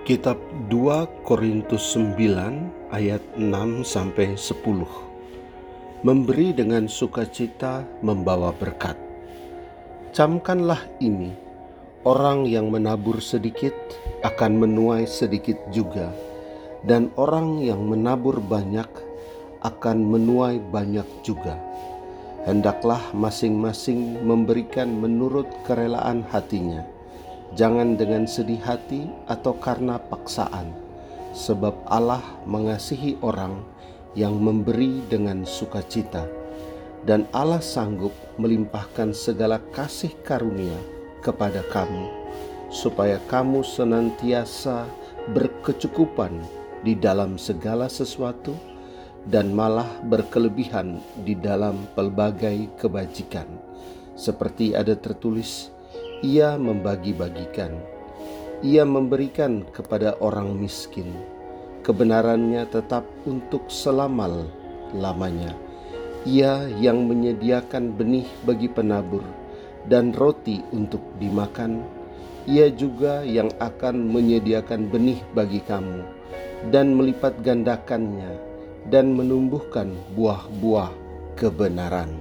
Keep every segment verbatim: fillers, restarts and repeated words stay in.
Kitab dua Korintus sembilan ayat enam sampai sepuluh. Memberi dengan sukacita membawa berkat. Camkanlah ini, orang yang menabur sedikit akan menuai sedikit juga, dan orang yang menabur banyak akan menuai banyak juga. Hendaklah masing-masing memberikan menurut kerelaan hatinya, jangan dengan sedih hati atau karena paksaan, sebab Allah mengasihi orang yang memberi dengan sukacita, dan Allah sanggup melimpahkan segala kasih karunia kepada kamu, supaya kamu senantiasa berkecukupan di dalam segala sesuatu, dan malah berkelebihan di dalam pelbagai kebajikan. Seperti ada tertulis, Ia membagi-bagikan, Ia memberikan kepada orang miskin. Kebenarannya tetap untuk selama-lamanya. Ia yang menyediakan benih bagi penabur dan roti untuk dimakan. Ia juga yang akan menyediakan benih bagi kamu dan melipat gandakannya dan menumbuhkan buah-buah kebenaran.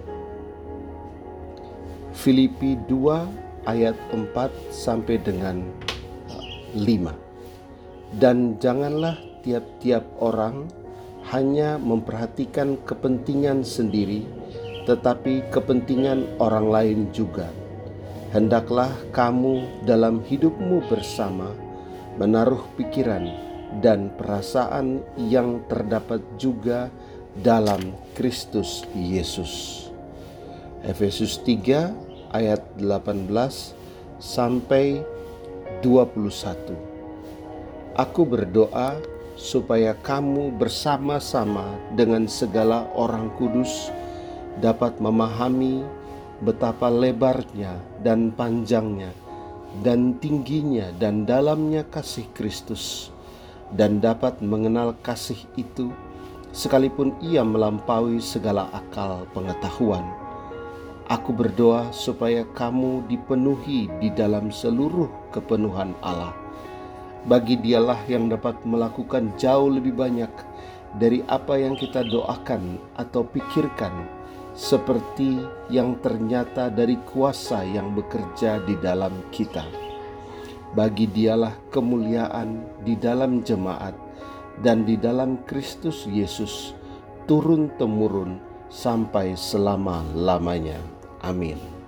Filipi dua ayat empat sampai dengan lima. Dan janganlah tiap-tiap orang hanya memperhatikan kepentingan sendiri, tetapi kepentingan orang lain juga. Hendaklah kamu dalam hidupmu bersama menaruh pikiran dan perasaan yang terdapat juga dalam Kristus Yesus. Efesus tiga ayat delapan belas sampai dua puluh satu. Aku berdoa supaya kamu bersama-sama dengan segala orang kudus dapat memahami betapa lebarnya dan panjangnya dan tingginya dan dalamnya kasih Kristus, dan dapat mengenal kasih itu sekalipun ia melampaui segala akal pengetahuan. Aku berdoa supaya kamu dipenuhi di dalam seluruh kepenuhan Allah. Bagi Dialah yang dapat melakukan jauh lebih banyak dari apa yang kita doakan atau pikirkan, seperti yang ternyata dari kuasa yang bekerja di dalam kita. Bagi Dialah kemuliaan di dalam jemaat dan di dalam Kristus Yesus, turun-temurun sampai selama-lamanya. Amin.